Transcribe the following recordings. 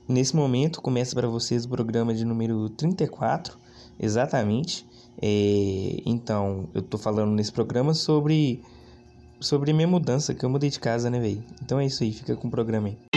Nesse momento começa para vocês o programa de número 34, exatamente. Então, eu tô falando nesse programa sobre minha mudança, que eu mudei de casa, né, velho? Então é isso aí, fica com o programa aí.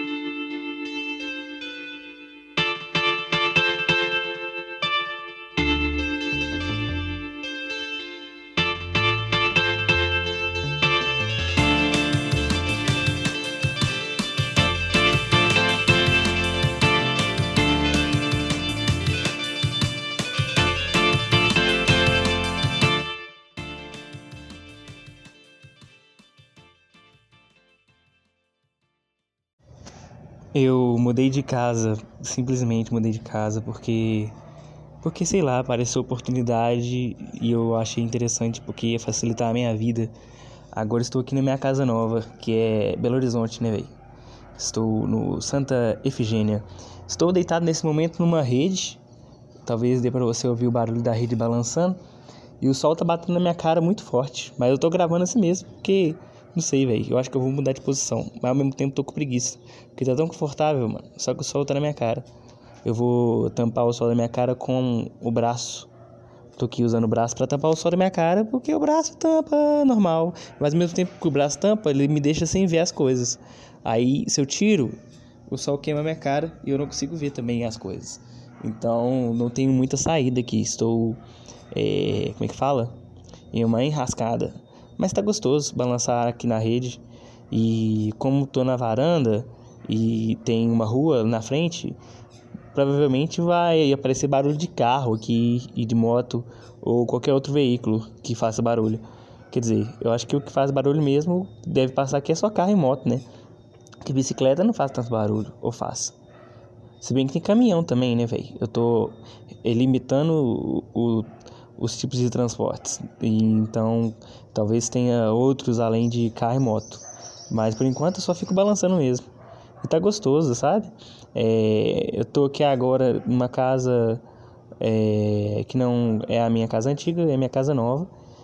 Eu mudei de casa, simplesmente mudei de casa porque sei lá, apareceu oportunidade e eu achei interessante porque ia facilitar a minha vida. Agora estou aqui na minha casa nova, que é Belo Horizonte, né, velho? Estou no Santa Efigênia. Estou deitado nesse momento numa rede. Talvez dê pra você ouvir o barulho da rede balançando. E o sol tá batendo na minha cara muito forte. Mas eu tô gravando assim mesmo, porque... Não sei, velho. Eu acho que eu vou mudar de posição. Mas ao mesmo tempo tô com preguiça. Porque tá tão confortável, mano. Só que o sol tá na minha cara. Eu vou tampar o sol da minha cara com o braço. Tô aqui usando o braço pra tampar o sol da minha cara, porque o braço tampa normal. Mas ao mesmo tempo que o braço tampa, ele me deixa sem ver as coisas. Aí, se eu tiro, o sol queima a minha cara e eu não consigo ver também as coisas. Então, não tenho muita saída aqui. Estou, como é que fala? Em uma enrascada. Mas tá gostoso balançar aqui na rede. E como tô na varanda e tem uma rua na frente, provavelmente vai aparecer barulho de carro aqui e de moto ou qualquer outro veículo que faça barulho. Quer dizer, eu acho que o que faz barulho mesmo deve passar aqui é só carro e moto, né? Que bicicleta não faz tanto barulho, ou faz? Se bem que tem caminhão também, né, velho? Eu tô limitando os tipos de transportes. E então, talvez tenha outros além de carro e moto. Mas por enquanto eu só fico balançando mesmo. E tá gostoso, sabe? Eu tô aqui agora numa casa que não é a minha casa antiga, é a minha casa nova.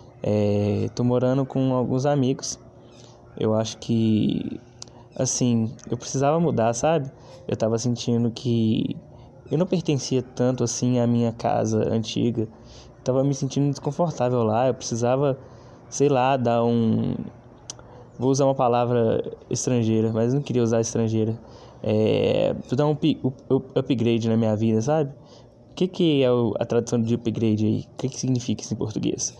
Tô morando com alguns amigos. Eu acho que, assim, eu precisava mudar, sabe? Eu tava sentindo que eu não pertencia tanto assim à minha casa antiga. Eu tava me sentindo desconfortável lá. Eu precisava, sei lá, dar um... Vou usar uma palavra estrangeira, mas eu não queria usar estrangeira. Dar um upgrade na minha vida, sabe? O que é a tradução de upgrade aí? O que significa isso em português?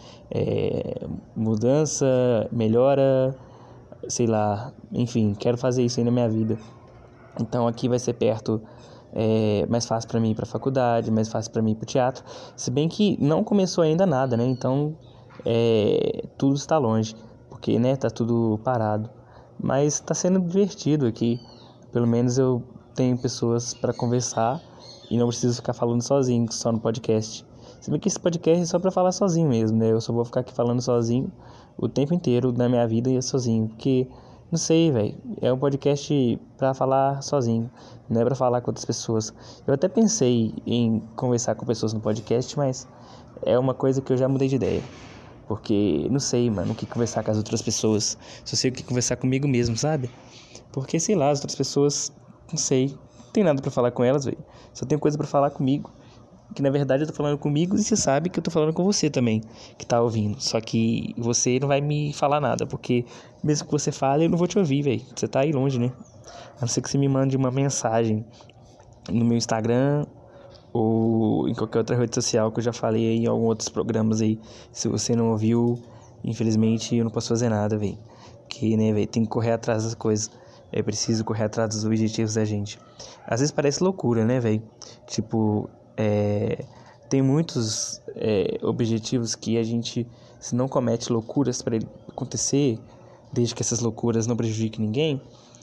Mudança, melhora, sei lá. Enfim, quero fazer isso aí na minha vida. Então aqui vai ser perto, mais fácil pra mim ir pra faculdade, mais fácil pra mim ir pro teatro. Se bem que não começou ainda nada, né? Então tudo está longe, porque, né, tá tudo parado. Mas tá sendo divertido aqui. Pelo menos eu tenho pessoas pra conversar e não preciso ficar falando sozinho, só no podcast. Se bem que esse podcast é só pra falar sozinho mesmo, né? Eu só vou ficar aqui falando sozinho o tempo inteiro da minha vida e sozinho, porque... Não sei, velho. É um podcast pra falar sozinho, não é pra falar com outras pessoas. Eu até pensei em conversar com pessoas no podcast, mas é uma coisa que eu já mudei de ideia. Porque não sei, mano, o que conversar com as outras pessoas. Só sei o que conversar comigo mesmo, sabe? Porque, sei lá, as outras pessoas, não sei, não tem nada pra falar com elas, velho. Só tenho coisa pra falar comigo. Que na verdade eu tô falando comigo e você sabe que eu tô falando com você também, que tá ouvindo. Só que você não vai me falar nada, porque mesmo que você fale, eu não vou te ouvir, velho. Você tá aí longe, né? A não ser que você me mande uma mensagem no meu Instagram ou em qualquer outra rede social que eu já falei aí em alguns outros programas aí. Se você não ouviu, infelizmente eu não posso fazer nada, velho. Porque, né, velho, tem que correr atrás das coisas. É preciso correr atrás dos objetivos da gente. Às vezes parece loucura, né, velho? Tipo, tem muitos objetivos que a gente, se não comete loucuras para ele acontecer, desde que essas loucuras não prejudiquem ninguém,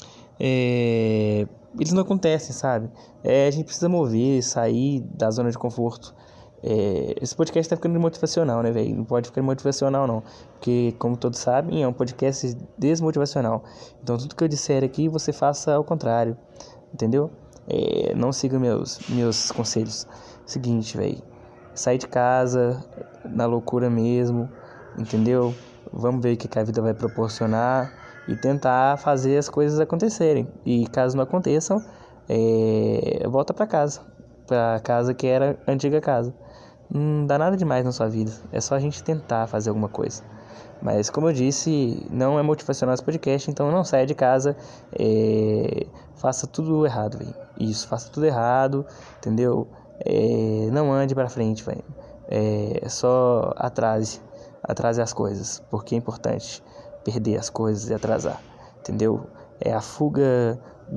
eles não acontecem, sabe? A gente precisa mover, sair da zona de conforto. Esse podcast tá ficando motivacional, né, velho? Não pode ficar motivacional, não. Porque, como todos sabem, é um podcast desmotivacional. Então, tudo que eu disser aqui, você faça ao contrário. Entendeu? Não siga meus conselhos. Seguinte, velho. Sai de casa, na loucura mesmo. Entendeu? Vamos ver o que a vida vai proporcionar e tentar fazer as coisas acontecerem. E caso não aconteçam, volta pra casa que era a antiga casa. Não dá nada demais na sua vida, é só a gente tentar fazer alguma coisa. Mas como eu disse, não é motivacional esse podcast, então não saia de casa, faça tudo errado, velho. Isso, faça tudo errado, entendeu? Não ande pra frente, velho. Só atrase as coisas, porque é importante perder as coisas e atrasar, entendeu? É a fuga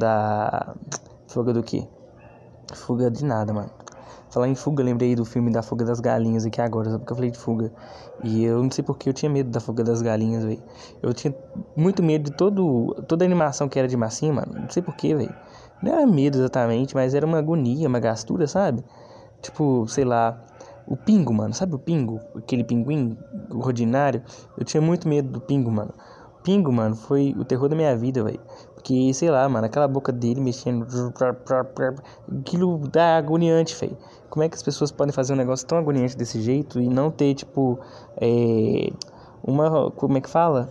do quê? Fuga de nada, mano. Falar em fuga, lembrei do filme da Fuga das Galinhas aqui agora, só porque eu falei de fuga. E eu não sei porque eu tinha medo da Fuga das Galinhas, velho. Eu tinha muito medo de toda a animação que era de massinha, mano. Não sei porquê, velho. Não era medo exatamente, mas era uma agonia, uma gastura, sabe? Tipo, sei lá, o Pingo, mano. Sabe o Pingo? Aquele pinguim ordinário. Eu tinha muito medo do Pingo, mano. O Pingo, mano, foi o terror da minha vida, velho. Porque, sei lá, mano, aquela boca dele mexendo. Aquilo dá agoniante, velho. Como é que as pessoas podem fazer um negócio tão agoniante desse jeito e não ter, tipo, como é que fala?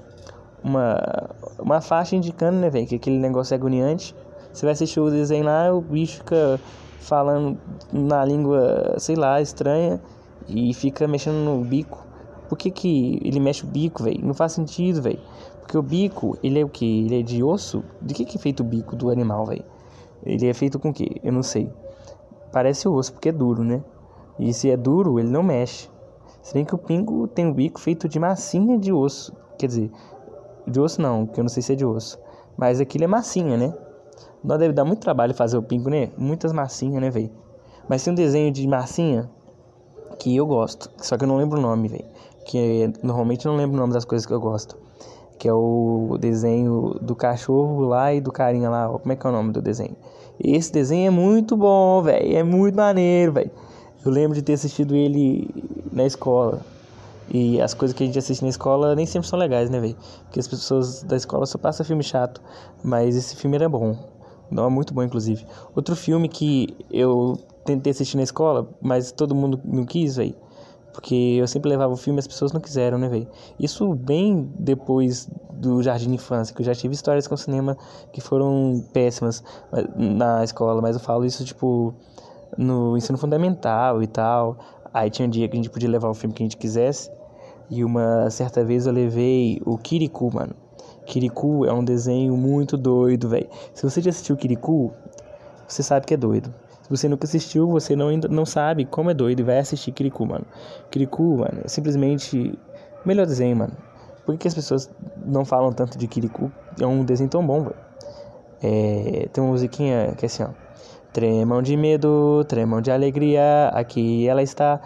Uma faixa indicando, né, velho, que aquele negócio é agoniante. Você vai assistir o desenho lá, o bicho fica falando na língua, sei lá, estranha e fica mexendo no bico. Por que ele mexe o bico, velho? Não faz sentido, velho. Porque o bico, ele é o quê? Ele é de osso? De que é feito o bico do animal, velho? Ele é feito com o quê? Eu não sei. Parece osso, porque é duro, né? E se é duro, ele não mexe. Se bem que o Pingo tem um bico feito de massinha de osso. Quer dizer, de osso não, que eu não sei se é de osso. Mas aquilo é massinha, né? Não deve dar muito trabalho fazer o Pingo, né? Muitas massinhas, né, velho? Mas tem um desenho de massinha que eu gosto, só que eu não lembro o nome, velho. Normalmente eu não lembro o nome das coisas que eu gosto. Que é o desenho do cachorro lá e do carinha lá. Como é que é o nome do desenho? Esse desenho é muito bom, velho. É muito maneiro, velho. Eu lembro de ter assistido ele na escola. E as coisas que a gente assiste na escola nem sempre são legais, né, velho? Porque as pessoas da escola só passam filme chato. Mas esse filme era bom. Não, é muito bom, inclusive. Outro filme que eu tentei assistir na escola, mas todo mundo não quis, velho. Porque eu sempre levava o filme e as pessoas não quiseram, né, velho? Isso bem depois do jardim de infância, que eu já tive histórias com cinema que foram péssimas na escola. Mas eu falo isso, tipo, no ensino fundamental e tal. Aí tinha um dia que a gente podia levar o filme que a gente quisesse. E uma certa vez eu levei o Kirikou, mano. Kirikou é um desenho muito doido, velho. Se você já assistiu Kirikou, você sabe que é doido. Se você nunca assistiu, você ainda não sabe como é doido e vai assistir Kirikou, mano. Kirikou, mano, é simplesmente o melhor desenho, mano. Por que as pessoas não falam tanto de Kirikou? É um desenho tão bom, velho. Tem uma musiquinha que é assim, ó. Tremam de medo, tremam de alegria, aqui ela está,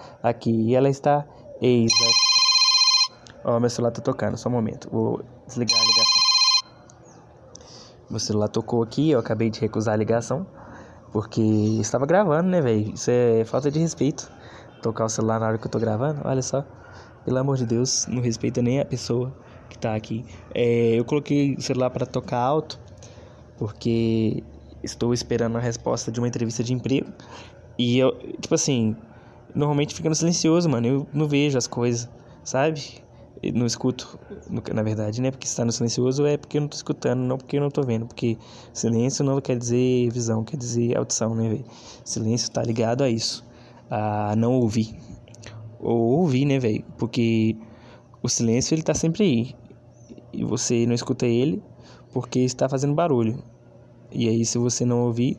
eis aqui. Ó, meu celular tá tocando, só um momento, vou desligar a ligação. Meu celular tocou aqui, eu acabei de recusar a ligação, porque estava gravando, né, velho? Isso é falta de respeito, tocar o celular na hora que eu tô gravando, olha só. Pelo amor de Deus, não respeita nem a pessoa que tá aqui. Eu coloquei o celular para tocar alto, porque estou esperando a resposta de uma entrevista de emprego. E eu, tipo assim, normalmente fica no silencioso, mano. Eu não vejo as coisas, sabe? Eu não escuto, na verdade, né? Porque se tá no silencioso é porque eu não tô escutando, não porque eu não tô vendo. Porque silêncio não quer dizer visão, quer dizer audição, né, velho? Silêncio tá ligado a isso, a não ouvir. Ou ouvir, né, velho? Porque o silêncio, ele tá sempre aí. E você não escuta ele porque está fazendo barulho. E aí, se você não ouvir,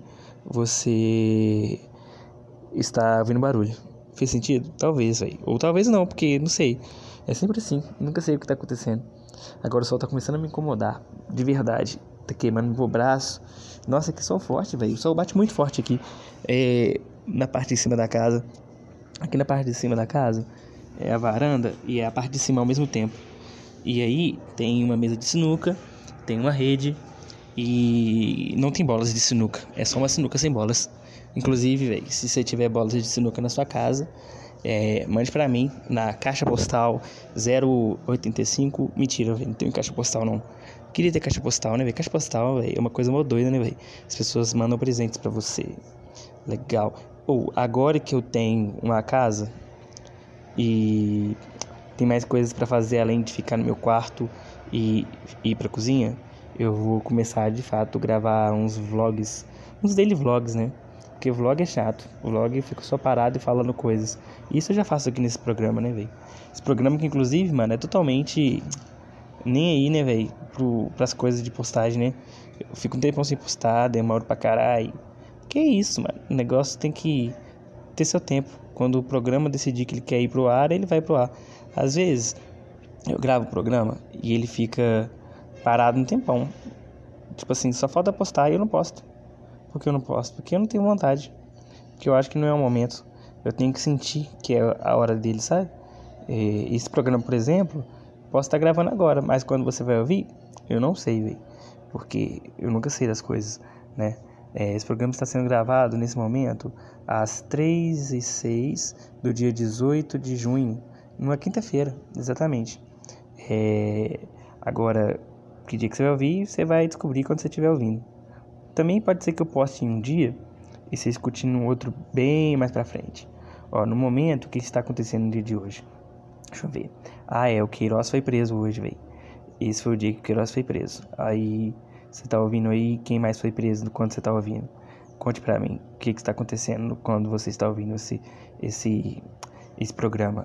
você está ouvindo barulho. Fez sentido? Talvez, velho. Ou talvez não, porque não sei. É sempre assim. Nunca sei o que tá acontecendo. Agora o sol tá começando a me incomodar. De verdade. Tá queimando meu braço. Nossa, que sol forte, velho. O sol bate muito forte aqui. Na parte de cima da casa. Aqui na parte de cima da casa é a varanda e é a parte de cima ao mesmo tempo. E aí tem uma mesa de sinuca, tem uma rede e não tem bolas de sinuca. É só uma sinuca sem bolas. Inclusive, véio, se você tiver bolas de sinuca na sua casa, mande pra mim na caixa postal 085. Mentira, véio, não tenho caixa postal não. Queria ter caixa postal, né, velho? Caixa postal, véio, é uma coisa mó doida, né, velho? As pessoas mandam presentes pra você. Legal. Agora que eu tenho uma casa e tem mais coisas pra fazer além de ficar no meu quarto e ir pra cozinha, eu vou começar de fato a gravar uns vlogs, uns daily vlogs, né? Porque vlog é chato. Vlog eu fico só parado e falando coisas. Isso eu já faço aqui nesse programa, né, velho? Esse programa que, inclusive, mano, é totalmente nem aí, né, velho? Pras coisas de postagem, né? Eu fico um tempão sem postar, demoro pra caralho. Que isso, mano? O negócio tem que ter seu tempo. Quando o programa decidir que ele quer ir pro ar, ele vai pro ar. Às vezes, eu gravo o programa e ele fica parado um tempão. Tipo assim, só falta postar e eu não posto. Por que eu não posto? Porque eu não tenho vontade. Porque eu acho que não é o momento. Eu tenho que sentir que é a hora dele, sabe? Esse programa, por exemplo, posso estar gravando agora, mas quando você vai ouvir, eu não sei, velho. Porque eu nunca sei das coisas, né? Esse programa está sendo gravado nesse momento às 3h06 do dia 18 de junho, numa quinta-feira, exatamente. Agora, que dia que você vai ouvir, você vai descobrir quando você estiver ouvindo. Também pode ser que eu poste em um dia e você escute no outro bem mais pra frente. Ó, no momento, o que está acontecendo no dia de hoje? Deixa eu ver. O Queiroz foi preso hoje, velho. Esse foi o dia que o Queiroz foi preso. Aí, você tá ouvindo aí, quem mais foi preso quando você tá ouvindo? Conte pra mim, o que está acontecendo quando você está ouvindo esse programa.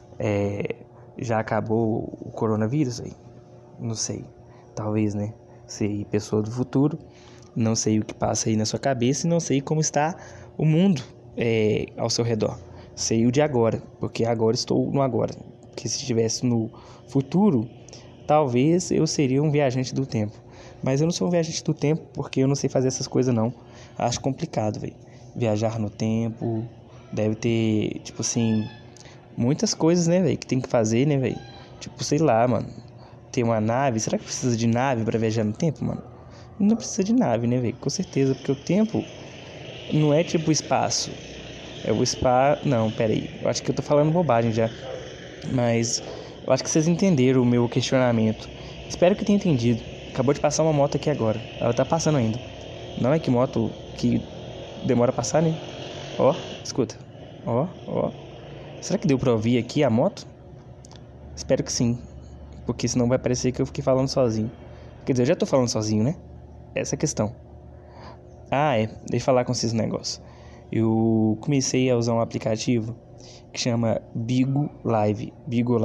Já acabou o coronavírus aí? Não sei. Talvez, né? Sei, pessoa do futuro. Não sei o que passa aí na sua cabeça e não sei como está o mundo ao seu redor. Sei o de agora, porque agora estou no agora. Porque se estivesse no futuro, talvez eu seria um viajante do tempo. Mas eu não sou um viajante do tempo porque eu não sei fazer essas coisas não. Acho complicado, velho. Viajar no tempo, deve ter, tipo assim, muitas coisas, né, velho, que tem que fazer, né, velho? Tipo, sei lá, mano. Ter uma nave, será que precisa de nave pra viajar no tempo, mano? Não precisa de nave, né, velho? Com certeza, porque o tempo não é tipo o espaço. É o espaço... Não, pera aí. Eu acho que eu tô falando bobagem já. Mas eu acho que vocês entenderam o meu questionamento. Espero que tenham entendido. Acabou de passar uma moto aqui agora. Ela tá passando ainda. Não é que moto que demora a passar, né? Ó, escuta. Ó. Será que deu pra ouvir aqui a moto? Espero que sim. Porque senão vai parecer que eu fiquei falando sozinho. Quer dizer, eu já tô falando sozinho, né? Essa é a questão. Deixa eu falar com vocês um negócio. Eu comecei a usar um aplicativo que chama Bigo Live.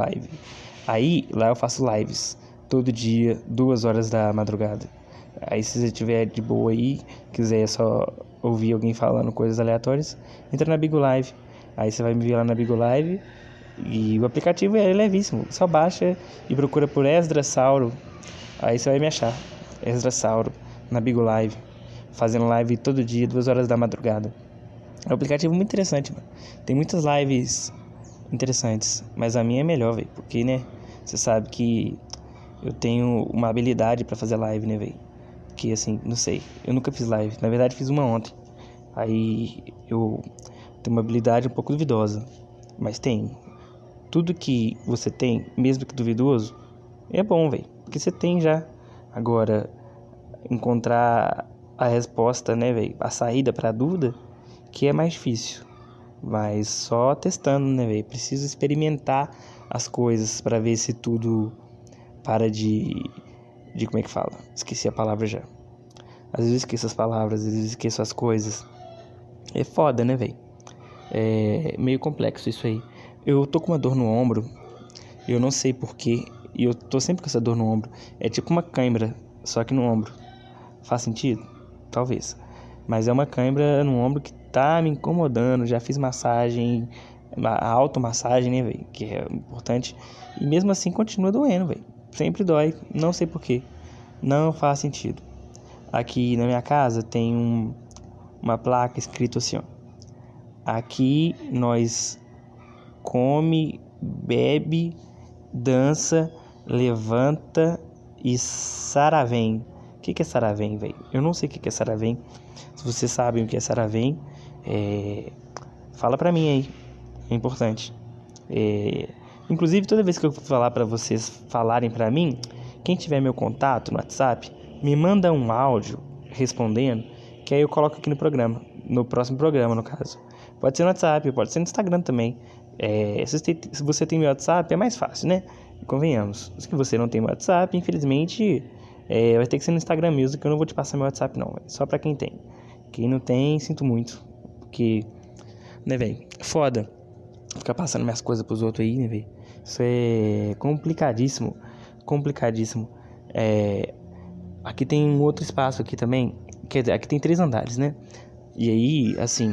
Aí, lá eu faço lives. Todo dia, 2 horas da madrugada. Aí, se você estiver de boa aí, quiser só ouvir alguém falando coisas aleatórias, entra na Bigo Live. Aí você vai me ver lá na Bigo Live. E o aplicativo é levíssimo. Só baixa e procura por Esdrasauro. Aí você vai me achar. Esdrasauro, na Bigo Live. Fazendo live todo dia, 2 horas da madrugada. É um aplicativo muito interessante, mano. Tem muitas lives interessantes. Mas a minha é melhor, velho. Porque, né? Você sabe que eu tenho uma habilidade pra fazer live, né, velho? Que, assim, não sei. Eu nunca fiz live. Na verdade, fiz uma ontem. Aí eu tenho uma habilidade um pouco duvidosa. Mas tem. Tudo que você tem, mesmo que duvidoso, é bom, velho. Porque você tem já. Agora, encontrar a resposta, né, velho? A saída pra dúvida, que é mais difícil. Mas só testando, né, velho? Preciso experimentar as coisas pra ver se tudo para de como é que fala? Esqueci a palavra já. Às vezes eu esqueço as palavras, às vezes eu esqueço as coisas. É foda, né, velho? É meio complexo isso aí. Eu tô com uma dor no ombro. Eu não sei porquê. E eu tô sempre com essa dor no ombro. É tipo uma cãibra, só que no ombro. Faz sentido? Talvez. Mas é uma cãibra no ombro que tá me incomodando. Já fiz massagem, automassagem, né, velho? Que é importante. E mesmo assim continua doendo, velho. Sempre dói. Não sei porquê. Não faz sentido. Aqui na minha casa tem uma placa escrito assim, ó. Aqui nós come, bebe, dança, levanta e saravém. O que é saravém, velho? Eu não sei o que é saravém. Se vocês sabem o que é saravém, fala pra mim aí. É importante. Inclusive, toda vez que eu falar pra vocês falarem pra mim, quem tiver meu contato no WhatsApp, me manda um áudio respondendo, que aí eu coloco aqui no programa. No próximo programa, no caso. Pode ser no WhatsApp, pode ser no Instagram também. Se você tem meu WhatsApp, é mais fácil, né? Convenhamos. Se você não tem meu WhatsApp, infelizmente, vai ter que ser no Instagram mesmo, que eu não vou te passar meu WhatsApp não. Só pra quem tem. Quem não tem, sinto muito. porque, né, velho, foda ficar passando minhas coisas pros outros aí, né, velho? Isso é complicadíssimo, complicadíssimo. Aqui tem um outro espaço aqui também, quer dizer, aqui tem 3 andares, né? E aí, assim,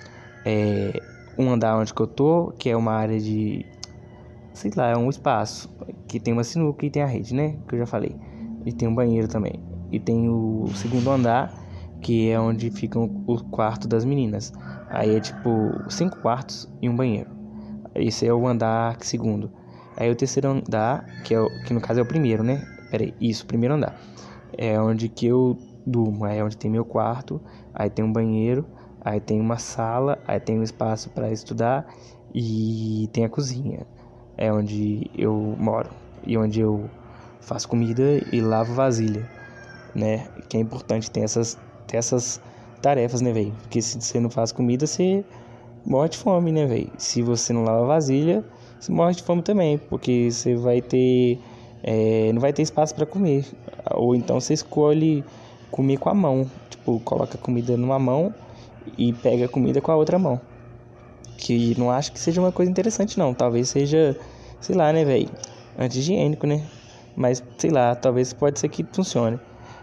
um andar onde que eu tô, que é uma área de, sei lá, é um espaço que tem uma sinuca e tem a rede, né? Que eu já falei. E tem um banheiro também. E tem o segundo andar, que é onde ficam o quarto das meninas. Aí é tipo 5 quartos e um banheiro. Esse é o andar segundo. Aí o terceiro andar, que no caso é o primeiro, né? Peraí, isso, o primeiro andar. É onde que eu durmo. Aí é onde tem meu quarto. Aí tem um banheiro. Aí tem uma sala. Aí tem um espaço para estudar. E tem a cozinha. É onde eu moro. E onde eu faço comida e lavo vasilha, né? Que é importante ter essas tarefas, né, velho? Porque se você não faz comida, você morre de fome, né, velho? Se você não lava vasilha, você morre de fome também, porque você vai ter não vai ter espaço para comer. Ou então você escolhe comer com a mão, tipo, coloca a comida numa mão e pega a comida com a outra mão. Que não acho que seja uma coisa interessante, não. Talvez seja, sei lá, né, velho, anti-higiênico, né? Mas, sei lá, talvez pode ser que funcione.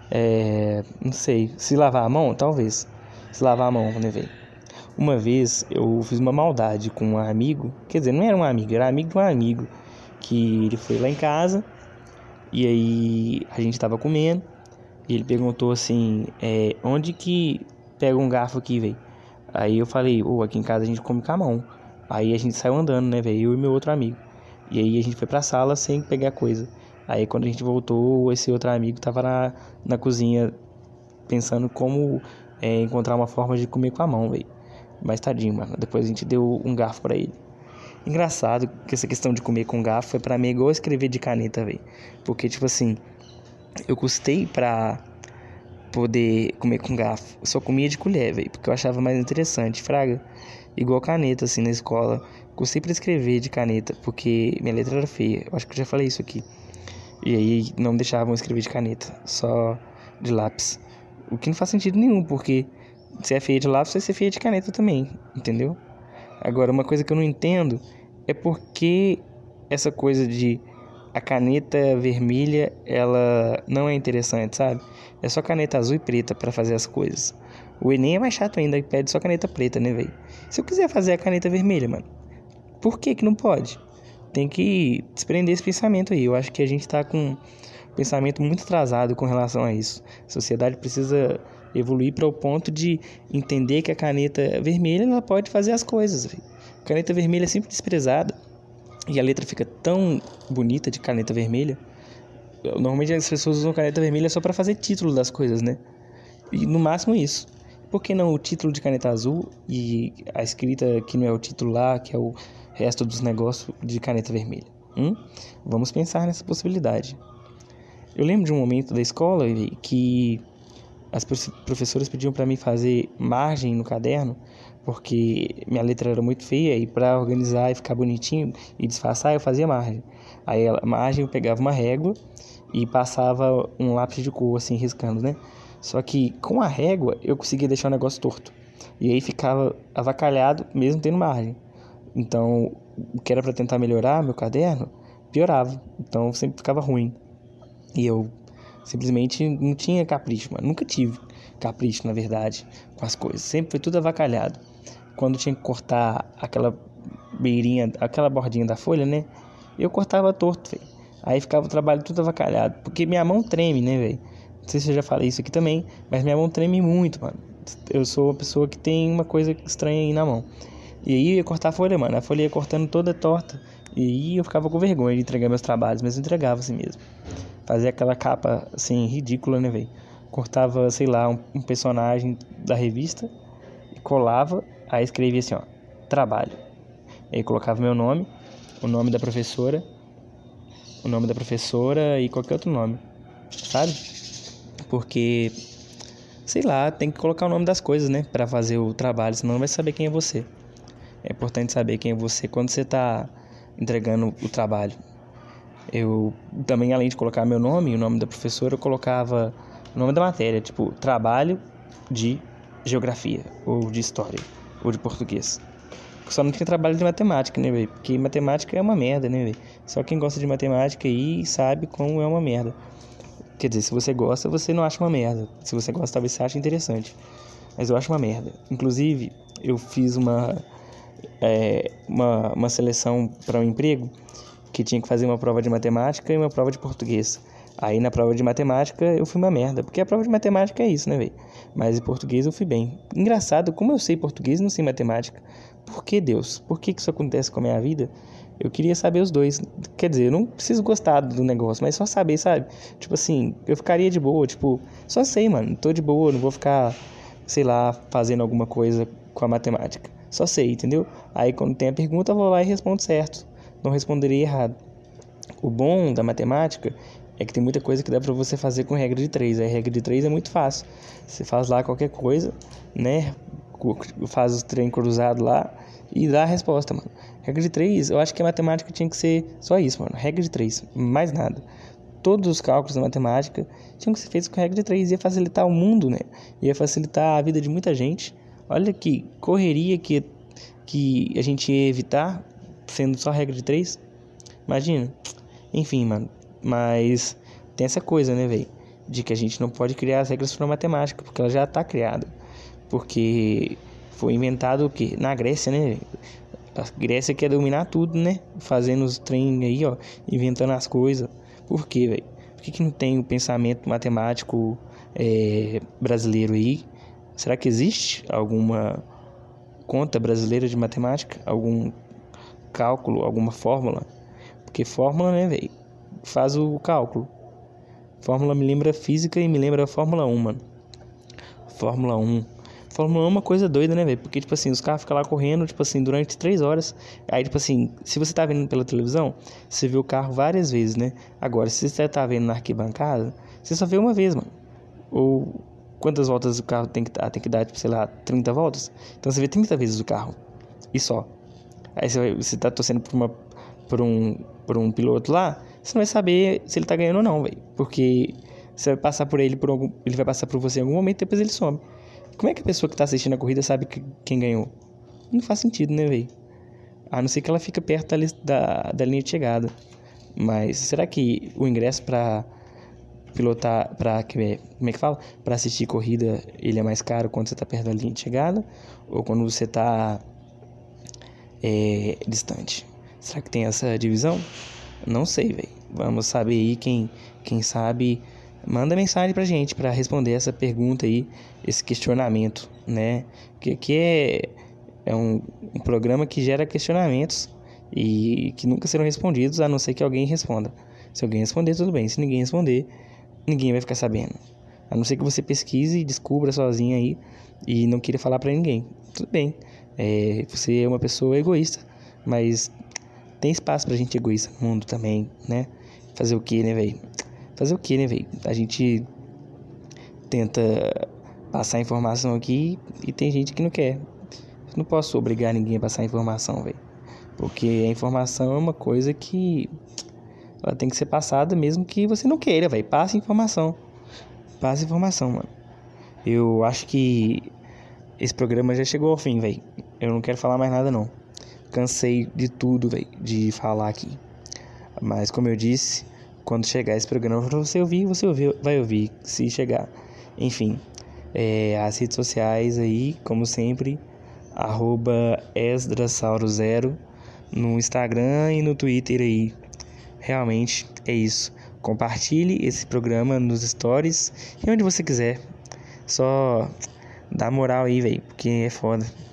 Não sei. Se lavar a mão, talvez. Se lavar a mão, né, velho? Uma vez eu fiz uma maldade com um amigo. Quer dizer, não era um amigo, era amigo de um amigo. Que ele foi lá em casa. E aí a gente tava comendo. E ele perguntou assim: onde que pega um garfo aqui, velho? Aí eu falei: aqui em casa a gente come com a mão. Aí a gente saiu andando, né, velho? Eu e meu outro amigo. E aí a gente foi pra sala sem pegar coisa. Aí quando a gente voltou, esse outro amigo tava na cozinha pensando como encontrar uma forma de comer com a mão, velho. Mas tadinho, mano. Depois a gente deu um garfo pra ele. Engraçado que essa questão de comer com garfo foi pra mim igual escrever de caneta, velho. Porque, tipo assim, eu custei pra poder comer com garfo. Eu só comia de colher, velho. Porque eu achava mais interessante, fraga. Igual caneta, assim, na escola. Custei pra escrever de caneta, porque minha letra era feia. Eu acho que eu já falei isso aqui. E aí não me deixavam escrever de caneta, só de lápis. O que não faz sentido nenhum, porque se é feia de lápis, vai ser feia de caneta também, entendeu? Agora, uma coisa que eu não entendo é porque essa coisa de a caneta vermelha, ela não é interessante, sabe? É só caneta azul e preta pra fazer as coisas. O Enem é mais chato ainda, e pede só caneta preta, né, velho? Se eu quiser fazer a caneta vermelha, mano, por que que não pode? Tem que desprender esse pensamento aí. Eu acho que a gente tá com um pensamento muito atrasado com relação a isso. A sociedade precisa evoluir para o ponto de entender que a caneta vermelha ela pode fazer as coisas. Véio. A caneta vermelha é sempre desprezada e a letra fica tão bonita de caneta vermelha. Normalmente as pessoas usam caneta vermelha só para fazer título das coisas, né? E no máximo isso. Por que não o título de caneta azul e a escrita que não é o título lá, que é o resto dos negócios de caneta vermelha? Vamos pensar nessa possibilidade. Eu lembro de um momento da escola que as professoras pediam para mim fazer margem no caderno, porque minha letra era muito feia e para organizar e ficar bonitinho e disfarçar eu fazia margem. Aí a margem eu pegava uma régua e passava um lápis de cor assim riscando, né? Só que com a régua eu conseguia deixar o negócio torto. E aí ficava avacalhado mesmo tendo margem. Então, o que era para tentar melhorar meu caderno, piorava. Então, sempre ficava ruim. E eu simplesmente não tinha capricho, mano. Nunca tive capricho, na verdade, com as coisas. Sempre foi tudo avacalhado. Quando tinha que cortar aquela beirinha, aquela bordinha da folha, né? Eu cortava torto, velho. Aí ficava o trabalho tudo avacalhado. Porque minha mão treme, né, velho? Não sei se eu já falei isso aqui também, mas minha mão treme muito, mano. Eu sou uma pessoa que tem uma coisa estranha aí na mão. E aí eu ia cortar a folha, mano. A folha ia cortando toda torta. E aí eu ficava com vergonha de entregar meus trabalhos, mas eu entregava assim mesmo. Fazia aquela capa, assim, ridícula, né, velho? Cortava, sei lá, um personagem da revista e colava. Aí escrevia assim, ó, trabalho. Aí colocava meu nome, o nome da professora e qualquer outro nome, sabe? Porque, sei lá, tem que colocar o nome das coisas, né? Pra fazer o trabalho, senão não vai saber quem é você. É importante saber quem é você quando você tá entregando o trabalho. Eu também, além de colocar meu nome e o nome da professora, eu colocava o nome da matéria, tipo, trabalho de geografia ou de história. ou de português. Só não tinha trabalho de matemática, né, velho? Porque matemática é uma merda, né, velho? Só quem gosta de matemática aí sabe como é uma merda. Quer dizer, se você gosta, você não acha uma merda. Se você gosta, talvez você ache interessante. Mas eu acho uma merda. Inclusive, eu fiz uma seleção para um emprego que tinha que fazer uma prova de matemática e uma prova de português. Aí na prova de matemática eu fui uma merda, porque a prova de matemática é isso, né, velho? Mas em português eu fui bem. Engraçado, como eu sei português e não sei matemática. Por que, Deus? Por que isso acontece com a minha vida? Eu queria saber os dois. Quer dizer, eu não preciso gostar do negócio, mas só saber, sabe? Tipo assim, eu ficaria de boa, tipo, só sei, mano, tô de boa, não vou ficar, sei lá, fazendo alguma coisa com a matemática. Só sei, entendeu? Aí quando tem a pergunta, eu vou lá e respondo certo. Não responderia errado. O bom da matemática é que tem muita coisa que dá pra você fazer com regra de 3. A regra de 3 é muito fácil. Você faz lá qualquer coisa, né? Faz o trem cruzado lá e dá a resposta, mano. Regra de 3, eu acho que a matemática tinha que ser só isso, mano. Regra de 3, mais nada. Todos os cálculos da matemática tinham que ser feitos com regra de 3. Ia facilitar o mundo, né? Ia facilitar a vida de muita gente. Olha que correria que a gente ia evitar sendo só regra de 3. Imagina. Enfim, mano. Mas tem essa coisa, né, velho? De que a gente não pode criar as regras para matemática, porque ela já tá criada. Porque foi inventado o quê? Na Grécia, né? A Grécia quer dominar tudo, né? Fazendo os trem aí, ó. Inventando as coisas. Por quê, velho? Por que não tem o pensamento matemático brasileiro aí? Será que existe alguma conta brasileira de matemática? Algum cálculo, alguma fórmula? Porque fórmula, né, velho? Faz o cálculo. Fórmula me lembra física e me lembra a Fórmula 1, mano. Fórmula 1 é uma coisa doida, né, velho? Porque, tipo assim, os carros ficam lá correndo, tipo assim, durante 3 horas. Aí, tipo assim, se você tá vendo pela televisão, você vê o carro várias vezes, né? Agora, se você tá vendo na arquibancada, você só vê uma vez, mano. Ou quantas voltas o carro tem que dar? Tem que dar, tipo, sei lá, 30 voltas. Então você vê 30 vezes o carro. E só. Aí você tá torcendo por um piloto lá, você não vai saber se ele tá ganhando ou não, velho. Porque você vai passar por ele, ele vai passar por você em algum momento e depois ele some. Como é que a pessoa que tá assistindo a corrida sabe quem ganhou? Não faz sentido, né, velho? A não ser que ela fica perto da linha de chegada. Mas será que o ingresso pra pilotar, como é que fala? Pra assistir corrida, ele é mais caro quando você tá perto da linha de chegada? Ou quando você tá distante? Será que tem essa divisão? Não sei, velho. Vamos saber aí, quem sabe, manda mensagem pra gente pra responder essa pergunta aí, esse questionamento, né? Que é um programa que gera questionamentos e que nunca serão respondidos, a não ser que alguém responda. Se alguém responder, tudo bem. Se ninguém responder, ninguém vai ficar sabendo. A não ser que você pesquise e descubra sozinho aí e não queira falar pra ninguém. Tudo bem. Você é uma pessoa egoísta, mas tem espaço pra gente egoísta no mundo também, né? Fazer o que, né, velho? A gente tenta passar informação aqui e tem gente que não quer. Eu não posso obrigar ninguém a passar informação, velho. Porque a informação é uma coisa que ela tem que ser passada mesmo que você não queira, velho. Passe informação, mano. Eu acho que esse programa já chegou ao fim, velho. Eu não quero falar mais nada, não. Cansei de tudo, velho, de falar aqui. Mas como eu disse, quando chegar esse programa pra você ouvir, vai ouvir, se chegar. Enfim, as redes sociais aí, como sempre, @esdrasauro0 no Instagram e no Twitter aí. Realmente é isso. Compartilhe esse programa nos stories e onde você quiser. Só dá moral aí, velho, porque é foda.